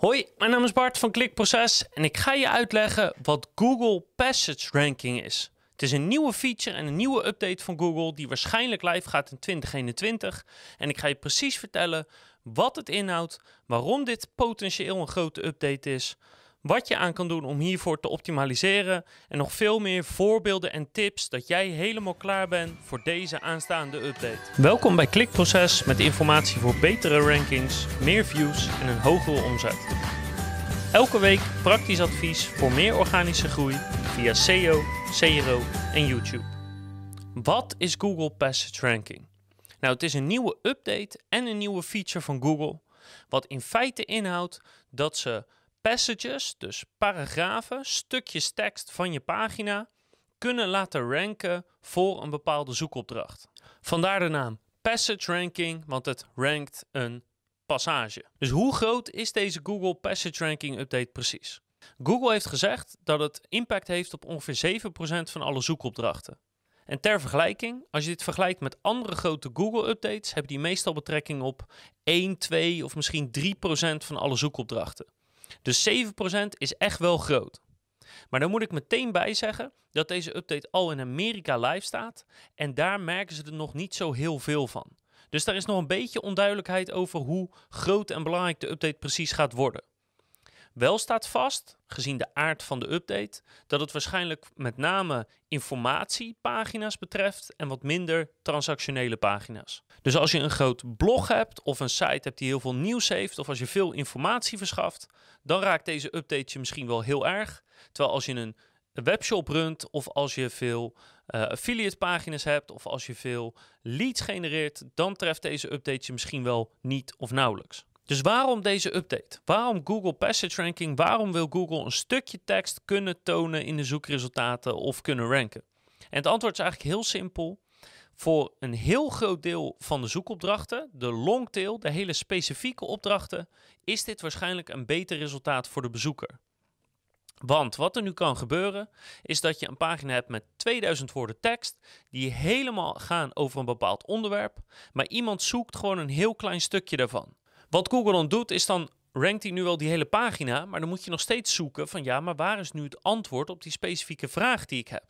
Hoi, mijn naam is Bart van Klikproces en ik ga je uitleggen wat Google Passage Ranking is. Het is een nieuwe feature en een nieuwe update van Google die waarschijnlijk live gaat in 2021. En ik ga je precies vertellen wat het inhoudt, waarom dit potentieel een grote update is, wat je aan kan doen om hiervoor te optimaliseren en nog veel meer voorbeelden en tips dat jij helemaal klaar bent voor deze aanstaande update. Welkom bij Klikproces met informatie voor betere rankings, meer views en een hogere omzet. Elke week praktisch advies voor meer organische groei via SEO, CRO en YouTube. Wat is Google Passage Ranking? Nou, het is een nieuwe update en een nieuwe feature van Google, wat in feite inhoudt dat ze passages, dus paragrafen, stukjes tekst van je pagina, kunnen laten ranken voor een bepaalde zoekopdracht. Vandaar de naam Passage Ranking, want het rankt een passage. Dus hoe groot is deze Google Passage Ranking update precies? Google heeft gezegd dat het impact heeft op ongeveer 7% van alle zoekopdrachten. En ter vergelijking, als je dit vergelijkt met andere grote Google-updates, hebben die meestal betrekking op 1, 2 of misschien 3% van alle zoekopdrachten. Dus 7% is echt wel groot. Maar dan moet ik meteen bij zeggen dat deze update al in Amerika live staat en daar merken ze er nog niet zo heel veel van. Dus daar is nog een beetje onduidelijkheid over hoe groot en belangrijk de update precies gaat worden. Wel staat vast, gezien de aard van de update, dat het waarschijnlijk met name informatiepagina's betreft en wat minder transactionele pagina's. Dus als je een groot blog hebt of een site hebt die heel veel nieuws heeft of als je veel informatie verschaft, dan raakt deze update je misschien wel heel erg. Terwijl als je een webshop runt of als je veel affiliate pagina's hebt of als je veel leads genereert, dan treft deze update je misschien wel niet of nauwelijks. Dus waarom deze update? Waarom Google Passage Ranking? Waarom wil Google een stukje tekst kunnen tonen in de zoekresultaten of kunnen ranken? En het antwoord is eigenlijk heel simpel. Voor een heel groot deel van de zoekopdrachten, de longtail, de hele specifieke opdrachten, is dit waarschijnlijk een beter resultaat voor de bezoeker. Want wat er nu kan gebeuren, is dat je een pagina hebt met 2000 woorden tekst, die helemaal gaan over een bepaald onderwerp, maar iemand zoekt gewoon een heel klein stukje daarvan. Wat Google dan doet, is dan rankt hij nu wel die hele pagina, maar dan moet je nog steeds zoeken van ja, maar waar is nu het antwoord op die specifieke vraag die ik heb?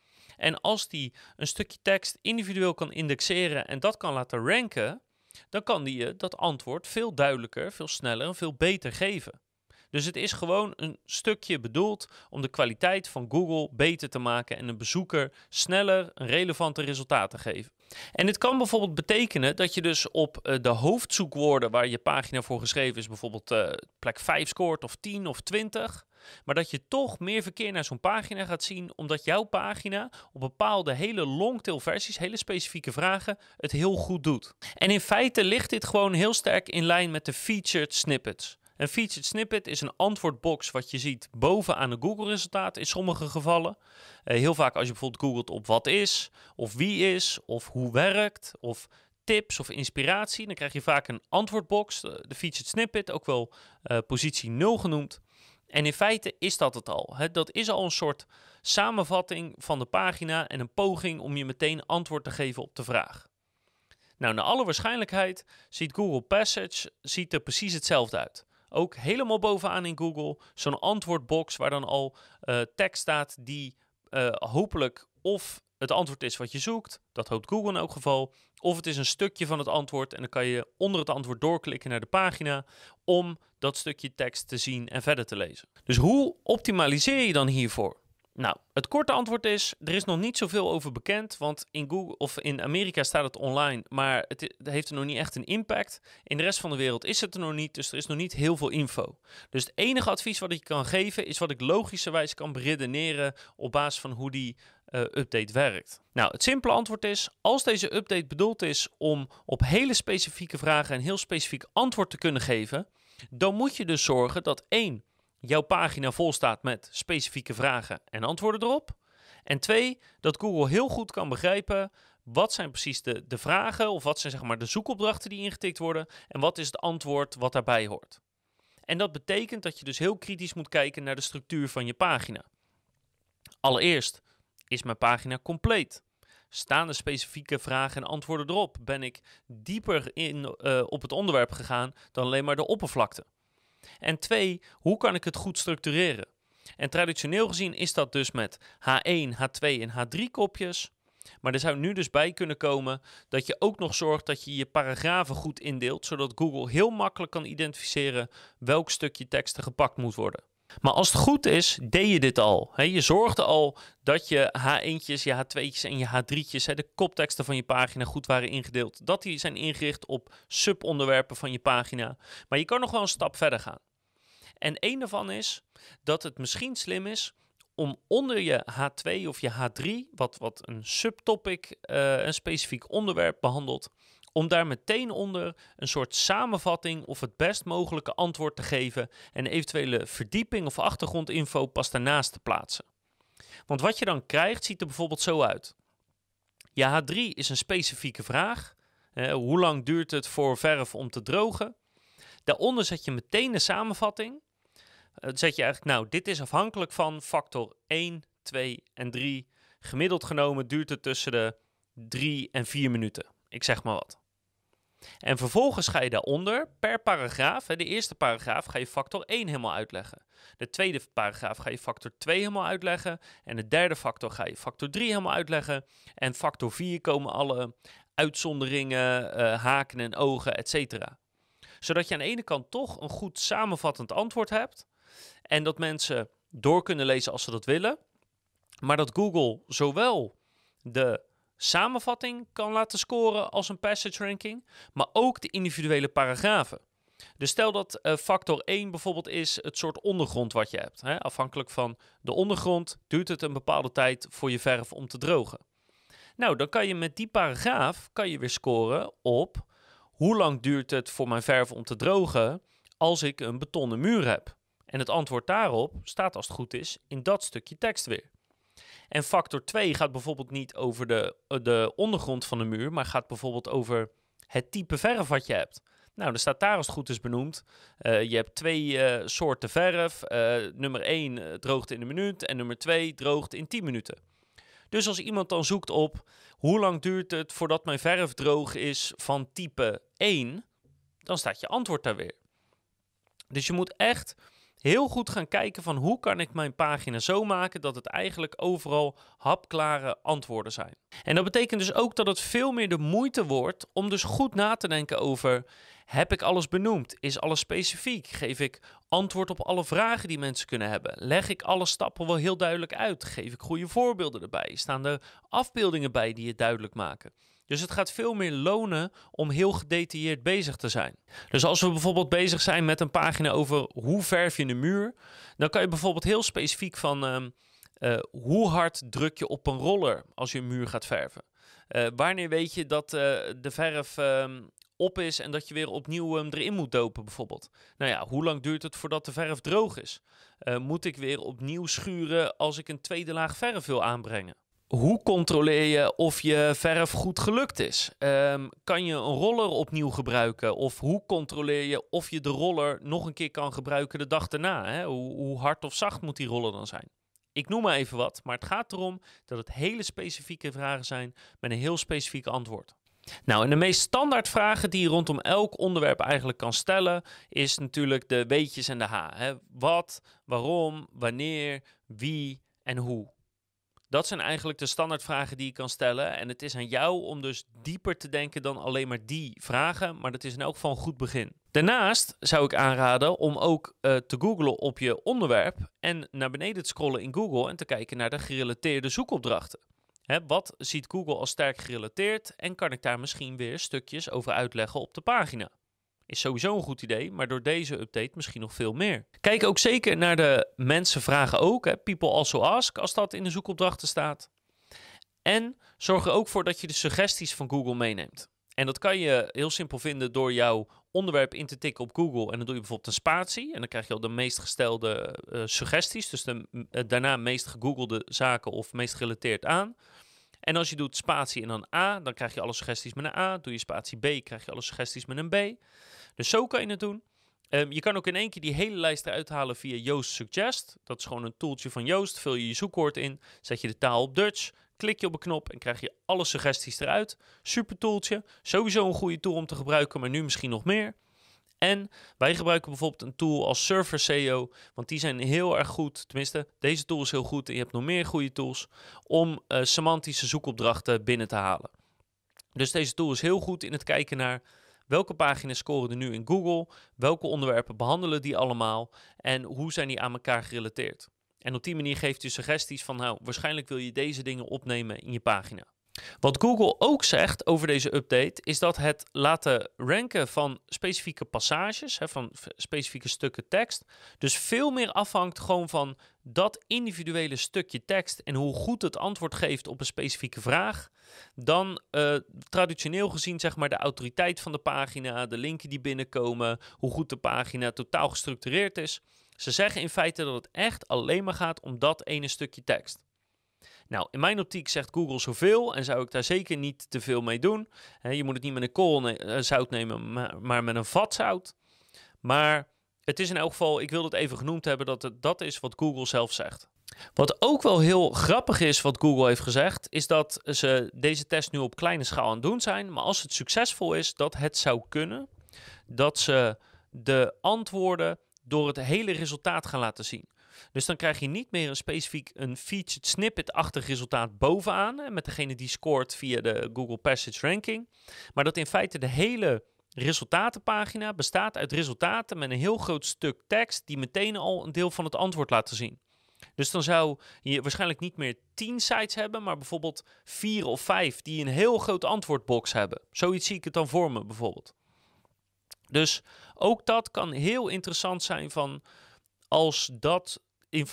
En als die een stukje tekst individueel kan indexeren en dat kan laten ranken, dan kan die je dat antwoord veel duidelijker, veel sneller en veel beter geven. Dus het is gewoon een stukje bedoeld om de kwaliteit van Google beter te maken en een bezoeker sneller een relevante resultaat te geven. En dit kan bijvoorbeeld betekenen dat je dus op de hoofdzoekwoorden waar je pagina voor geschreven is, bijvoorbeeld plek 5 scoort of 10 of 20, maar dat je toch meer verkeer naar zo'n pagina gaat zien, omdat jouw pagina op bepaalde hele longtail versies, hele specifieke vragen, het heel goed doet. En in feite ligt dit gewoon heel sterk in lijn met de featured snippets. Een featured snippet is een antwoordbox wat je ziet bovenaan de Google-resultaat in sommige gevallen. Heel vaak als je bijvoorbeeld googelt op wat is, of wie is, of hoe werkt, of tips of inspiratie, dan krijg je vaak een antwoordbox, de featured snippet, ook wel positie 0 genoemd. En in feite is dat het al. Dat is al een soort samenvatting van de pagina en een poging om je meteen antwoord te geven op de vraag. Nou, naar alle waarschijnlijkheid ziet Google Passage er precies hetzelfde uit. Ook helemaal bovenaan in Google zo'n antwoordbox waar dan al tekst staat die hopelijk of het antwoord is wat je zoekt, dat hoopt Google in elk geval, of het is een stukje van het antwoord en dan kan je onder het antwoord doorklikken naar de pagina om dat stukje tekst te zien en verder te lezen. Dus hoe optimaliseer je dan hiervoor? Nou, het korte antwoord is, er is nog niet zoveel over bekend, want in Google of in Amerika staat het online, maar het heeft er nog niet echt een impact. In de rest van de wereld is het er nog niet, dus er is nog niet heel veel info. Dus het enige advies wat ik kan geven is wat ik logischerwijs kan beredeneren op basis van hoe die update werkt. Nou, het simpele antwoord is, als deze update bedoeld is om op hele specifieke vragen een heel specifiek antwoord te kunnen geven, dan moet je dus zorgen dat 1, jouw pagina vol staat met specifieke vragen en antwoorden erop. En 2, dat Google heel goed kan begrijpen wat zijn precies de vragen of wat zijn zeg maar de zoekopdrachten die ingetikt worden en wat is het antwoord wat daarbij hoort. En dat betekent dat je dus heel kritisch moet kijken naar de structuur van je pagina. Allereerst, is mijn pagina compleet? Staan er specifieke vragen en antwoorden erop? Ben ik dieper op het onderwerp gegaan dan alleen maar de oppervlakte? En 2, hoe kan ik het goed structureren? En traditioneel gezien is dat dus met H1, H2 en H3 kopjes. Maar er zou nu dus bij kunnen komen dat je ook nog zorgt dat je je paragrafen goed indeelt, zodat Google heel makkelijk kan identificeren welk stukje tekst er gepakt moet worden. Maar als het goed is, deed je dit al. Je zorgde al dat je H1'tjes, je H2'tjes en je H3'tjes, de kopteksten van je pagina goed waren ingedeeld. Dat die zijn ingericht op subonderwerpen van je pagina. Maar je kan nog wel een stap verder gaan. En één daarvan is dat het misschien slim is om onder je H2 of je H3, wat een subtopic, een specifiek onderwerp behandelt, om daar meteen onder een soort samenvatting of het best mogelijke antwoord te geven en eventuele verdieping of achtergrondinfo pas daarnaast te plaatsen. Want wat je dan krijgt, ziet er bijvoorbeeld zo uit. Je H3 is een specifieke vraag. Hoe lang duurt het voor verf om te drogen? Daaronder zet je meteen de samenvatting. Zet je eigenlijk, nou, dit is afhankelijk van factor 1, 2 en 3. Gemiddeld genomen duurt het tussen de 3 en 4 minuten. Ik zeg maar wat. En vervolgens ga je daaronder per paragraaf, de eerste paragraaf ga je factor 1 helemaal uitleggen. De tweede paragraaf ga je factor 2 helemaal uitleggen. En de derde factor ga je factor 3 helemaal uitleggen. En factor 4 komen alle uitzonderingen, haken en ogen, etc. Zodat je aan de ene kant toch een goed samenvattend antwoord hebt. En dat mensen door kunnen lezen als ze dat willen. Maar dat Google zowel de samenvatting kan laten scoren als een passage ranking, maar ook de individuele paragrafen. Dus stel dat factor 1 bijvoorbeeld is het soort ondergrond wat je hebt. Afhankelijk van de ondergrond duurt het een bepaalde tijd voor je verf om te drogen. Nou, dan kan je met die paragraaf weer scoren op hoe lang duurt het voor mijn verf om te drogen als ik een betonnen muur heb. En het antwoord daarop staat als het goed is in dat stukje tekst weer. En factor 2 gaat bijvoorbeeld niet over de ondergrond van de muur, maar gaat bijvoorbeeld over het type verf wat je hebt. Nou, er staat daar als het goed is benoemd. Je hebt 2 soorten verf. Nummer 1 droogt in een minuut en nummer 2 droogt in 10 minuten. Dus als iemand dan zoekt op hoe lang duurt het voordat mijn verf droog is van type 1, dan staat je antwoord daar weer. Dus je moet echt heel goed gaan kijken van hoe kan ik mijn pagina zo maken dat het eigenlijk overal hapklare antwoorden zijn. En dat betekent dus ook dat het veel meer de moeite wordt om dus goed na te denken over: heb ik alles benoemd? Is alles specifiek? Geef ik antwoord op alle vragen die mensen kunnen hebben? Leg ik alle stappen wel heel duidelijk uit? Geef ik goede voorbeelden erbij? Staan er afbeeldingen bij die het duidelijk maken? Dus het gaat veel meer lonen om heel gedetailleerd bezig te zijn. Dus als we bijvoorbeeld bezig zijn met een pagina over hoe verf je een muur, dan kan je bijvoorbeeld heel specifiek van hoe hard druk je op een roller als je een muur gaat verven. Wanneer weet je dat de verf op is en dat je weer opnieuw erin moet dopen bijvoorbeeld. Nou ja, hoe lang duurt het voordat de verf droog is? Moet ik weer opnieuw schuren als ik een tweede laag verf wil aanbrengen? Hoe controleer je of je verf goed gelukt is? Kan je een roller opnieuw gebruiken? Of hoe controleer je of je de roller nog een keer kan gebruiken de dag daarna? Hè? Hoe hard of zacht moet die roller dan zijn? Ik noem maar even wat, maar het gaat erom dat het hele specifieke vragen zijn met een heel specifiek antwoord. Nou, en de meest standaard vragen die je rondom elk onderwerp eigenlijk kan stellen, is natuurlijk de weetjes en de H. Hè? Wat, waarom, wanneer, wie en hoe. Dat zijn eigenlijk de standaardvragen die je kan stellen. En het is aan jou om dus dieper te denken dan alleen maar die vragen. Maar dat is in elk geval een goed begin. Daarnaast zou ik aanraden om ook te googlen op je onderwerp. En naar beneden te scrollen in Google en te kijken naar de gerelateerde zoekopdrachten. Wat ziet Google als sterk gerelateerd? En kan ik daar misschien weer stukjes over uitleggen op de pagina? Is sowieso een goed idee, maar door deze update misschien nog veel meer. Kijk ook zeker naar de mensen vragen ook. People also ask, als dat in de zoekopdrachten staat. En zorg er ook voor dat je de suggesties van Google meeneemt. En dat kan je heel simpel vinden door jouw onderwerp in te tikken op Google. En dan doe je bijvoorbeeld een spatie. En dan krijg je al de meest gestelde suggesties. Dus de daarna meest gegoogelde zaken of meest gerelateerd aan. En als je doet spatie en dan A, dan krijg je alle suggesties met een A. Doe je spatie B, krijg je alle suggesties met een B. Dus zo kan je het doen. Je kan ook in één keer die hele lijst eruit halen via Yoast Suggest. Dat is gewoon een tooltje van Yoast. Vul je je zoekwoord in, zet je de taal op Dutch, klik je op een knop en krijg je alle suggesties eruit. Super tooltje. Sowieso een goede tool om te gebruiken, maar nu misschien nog meer. En wij gebruiken bijvoorbeeld een tool als Server SEO, want die zijn heel erg goed, tenminste deze tool is heel goed en je hebt nog meer goede tools, om semantische zoekopdrachten binnen te halen. Dus deze tool is heel goed in het kijken naar welke pagina's scoren er nu in Google, welke onderwerpen behandelen die allemaal en hoe zijn die aan elkaar gerelateerd. En op die manier geeft u suggesties van nou, waarschijnlijk wil je deze dingen opnemen in je pagina. Wat Google ook zegt over deze update is dat het laten ranken van specifieke passages, van specifieke stukken tekst, dus veel meer afhangt gewoon van dat individuele stukje tekst en hoe goed het antwoord geeft op een specifieke vraag, dan traditioneel gezien zeg maar de autoriteit van de pagina, de linken die binnenkomen, hoe goed de pagina totaal gestructureerd is. Ze zeggen in feite dat het echt alleen maar gaat om dat ene stukje tekst. Nou, in mijn optiek zegt Google zoveel en zou ik daar zeker niet te veel mee doen. Je moet het niet met een korrel zout nemen, maar met een vat zout. Maar het is in elk geval, ik wil het even genoemd hebben, dat is wat Google zelf zegt. Wat ook wel heel grappig is wat Google heeft gezegd, is dat ze deze test nu op kleine schaal aan het doen zijn. Maar als het succesvol is, dat het zou kunnen dat ze de antwoorden door het hele resultaat gaan laten zien. Dus dan krijg je niet meer een specifiek een featured snippet-achtig resultaat bovenaan, met degene die scoort via de Google Passage Ranking. Maar dat in feite de hele resultatenpagina bestaat uit resultaten met een heel groot stuk tekst die meteen al een deel van het antwoord laten zien. Dus dan zou je waarschijnlijk niet meer 10 sites hebben, maar bijvoorbeeld 4 of 5 die een heel groot antwoordbox hebben. Zoiets zie ik het dan voor me bijvoorbeeld. Dus ook dat kan heel interessant zijn van als dat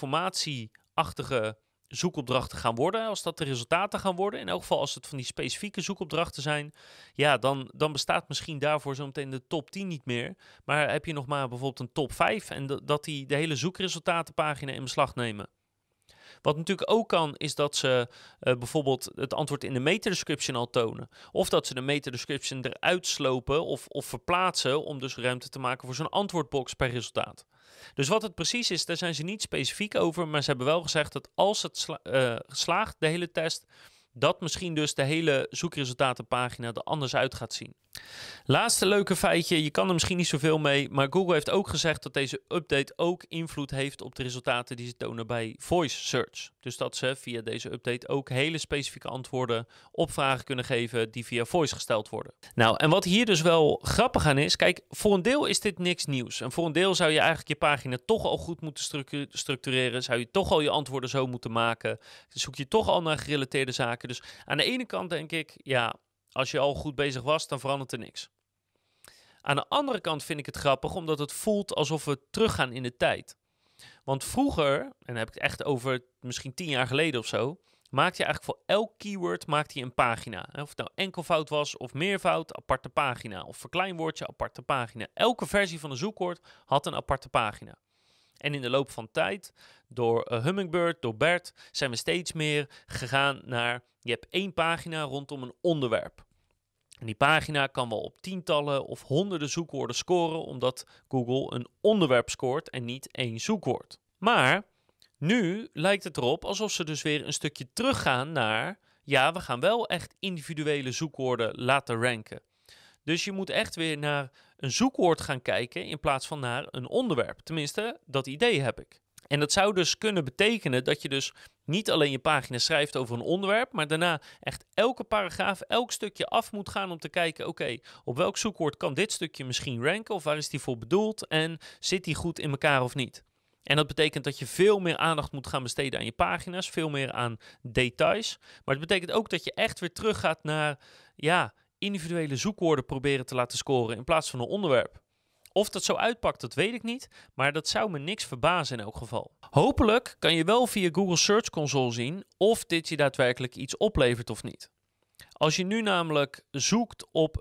informatieachtige zoekopdrachten gaan worden, als dat de resultaten gaan worden, in elk geval als het van die specifieke zoekopdrachten zijn, ja, dan bestaat misschien daarvoor zometeen de top 10 niet meer, maar heb je nog maar bijvoorbeeld een top 5 en dat die de hele zoekresultatenpagina in beslag nemen. Wat natuurlijk ook kan, is dat ze bijvoorbeeld het antwoord in de meta-description al tonen. Of dat ze de meta-description eruit slopen of verplaatsen om dus ruimte te maken voor zo'n antwoordbox per resultaat. Dus wat het precies is, daar zijn ze niet specifiek over, maar ze hebben wel gezegd dat als het slaagt, de hele test, dat misschien dus de hele zoekresultatenpagina er anders uit gaat zien. Laatste leuke feitje, je kan er misschien niet zoveel mee, maar Google heeft ook gezegd dat deze update ook invloed heeft op de resultaten die ze tonen bij voice search. Dus dat ze via deze update ook hele specifieke antwoorden op vragen kunnen geven die via voice gesteld worden. Nou, en wat hier dus wel grappig aan is, kijk, voor een deel is dit niks nieuws. En voor een deel zou je eigenlijk je pagina toch al goed moeten structureren, zou je toch al je antwoorden zo moeten maken, zoek je toch al naar gerelateerde zaken. Dus aan de ene kant denk ik, ja, als je al goed bezig was, dan verandert er niks. Aan de andere kant vind ik het grappig, omdat het voelt alsof we teruggaan in de tijd. Want vroeger, en dan heb ik het echt over misschien 10 jaar geleden of zo, maakte je eigenlijk voor elk keyword een pagina. Of het nou enkelvoud was of meervoud, aparte pagina. Of verkleinwoordje, aparte pagina. Elke versie van een zoekwoord had een aparte pagina. En in de loop van tijd, door Hummingbird, door BERT, zijn we steeds meer gegaan naar, je hebt 1 pagina rondom een onderwerp. En die pagina kan wel op tientallen of honderden zoekwoorden scoren, omdat Google een onderwerp scoort en niet 1 zoekwoord. Maar nu lijkt het erop alsof ze dus weer een stukje teruggaan naar, ja, we gaan wel echt individuele zoekwoorden laten ranken. Dus je moet echt weer naar een zoekwoord gaan kijken in plaats van naar een onderwerp. Tenminste, dat idee heb ik. En dat zou dus kunnen betekenen dat je dus niet alleen je pagina schrijft over een onderwerp, maar daarna echt elke paragraaf, elk stukje af moet gaan om te kijken, oké, op welk zoekwoord kan dit stukje misschien ranken of waar is die voor bedoeld en zit die goed in elkaar of niet? En dat betekent dat je veel meer aandacht moet gaan besteden aan je pagina's, veel meer aan details. Maar het betekent ook dat je echt weer teruggaat naar, ja, individuele zoekwoorden proberen te laten scoren in plaats van een onderwerp. Of dat zo uitpakt, dat weet ik niet, maar dat zou me niks verbazen in elk geval. Hopelijk kan je wel via Google Search Console zien of dit je daadwerkelijk iets oplevert of niet. Als je nu namelijk zoekt op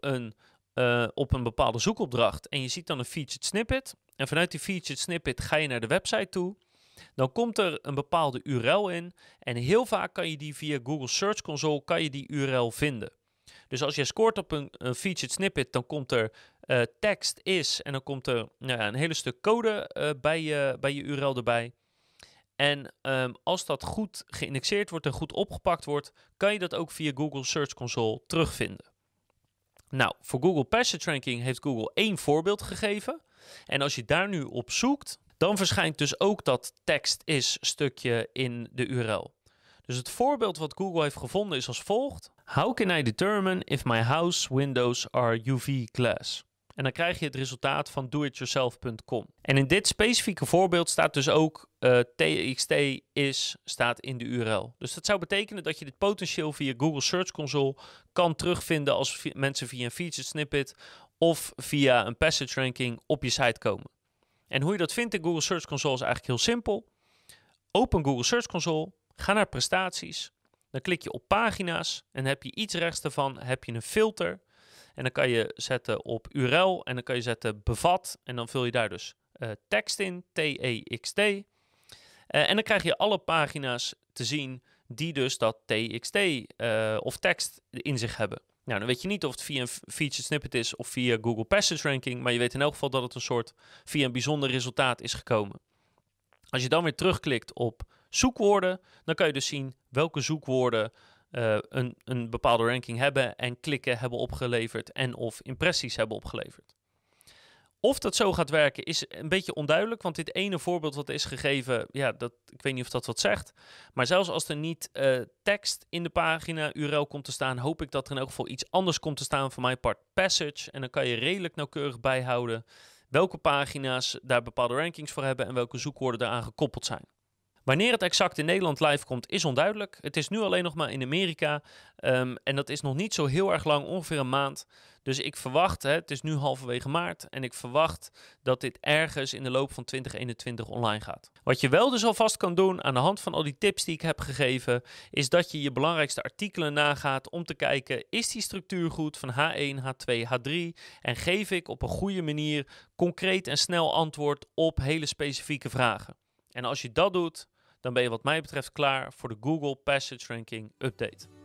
een bepaalde zoekopdracht en je ziet dan een featured snippet en vanuit die featured snippet ga je naar de website toe, dan komt er een bepaalde URL in en heel vaak kan je die via Google Search Console kan je die URL vinden. Dus als je scoort op een featured snippet, dan komt er tekst is en dan komt er een hele stuk code bij je URL erbij. En als dat goed geïndexeerd wordt en goed opgepakt wordt, kan je dat ook via Google Search Console terugvinden. Nou, voor Google Passage Ranking heeft Google 1 voorbeeld gegeven. En als je daar nu op zoekt, dan verschijnt dus ook dat tekst is stukje in de URL. Dus het voorbeeld wat Google heeft gevonden is als volgt. How can I determine if my house windows are UV glass? En dan krijg je het resultaat van doityourself.com. En in dit specifieke voorbeeld staat dus ook txt staat in de URL. Dus dat zou betekenen dat je dit potentieel via Google Search Console kan terugvinden als mensen via een featured snippet of via een passage ranking op je site komen. En hoe je dat vindt in Google Search Console is eigenlijk heel simpel. Open Google Search Console, ga naar prestaties, dan klik je op pagina's en heb je iets rechts daarvan heb je een filter. En dan kan je zetten op URL en dan kan je zetten bevat en dan vul je daar dus tekst in, TXT. En dan krijg je alle pagina's te zien die dus dat TXT of tekst in zich hebben. Nou, dan weet je niet of het via een featured snippet is of via Google Passage Ranking, maar je weet in elk geval dat het een soort via een bijzonder resultaat is gekomen. Als je dan weer terugklikt op zoekwoorden, dan kan je dus zien welke zoekwoorden een bepaalde ranking hebben en klikken hebben opgeleverd en of impressies hebben opgeleverd. Of dat zo gaat werken is een beetje onduidelijk, want dit ene voorbeeld wat is gegeven, ja, ik weet niet of dat wat zegt. Maar zelfs als er niet tekst in de pagina URL komt te staan, hoop ik dat er in elk geval iets anders komt te staan van mijn part passage. En dan kan je redelijk nauwkeurig bijhouden welke pagina's daar bepaalde rankings voor hebben en welke zoekwoorden daaraan gekoppeld zijn. Wanneer het exact in Nederland live komt is onduidelijk. Het is nu alleen nog maar in Amerika en dat is nog niet zo heel erg lang, ongeveer een maand. Dus ik verwacht, het is nu halverwege maart en ik verwacht dat dit ergens in de loop van 2021 online gaat. Wat je wel dus alvast kan doen aan de hand van al die tips die ik heb gegeven, is dat je je belangrijkste artikelen nagaat om te kijken, is die structuur goed van H1, H2, H3 en geef ik op een goede manier concreet en snel antwoord op hele specifieke vragen. En als je dat doet, dan ben je wat mij betreft klaar voor de Google Passage Ranking Update.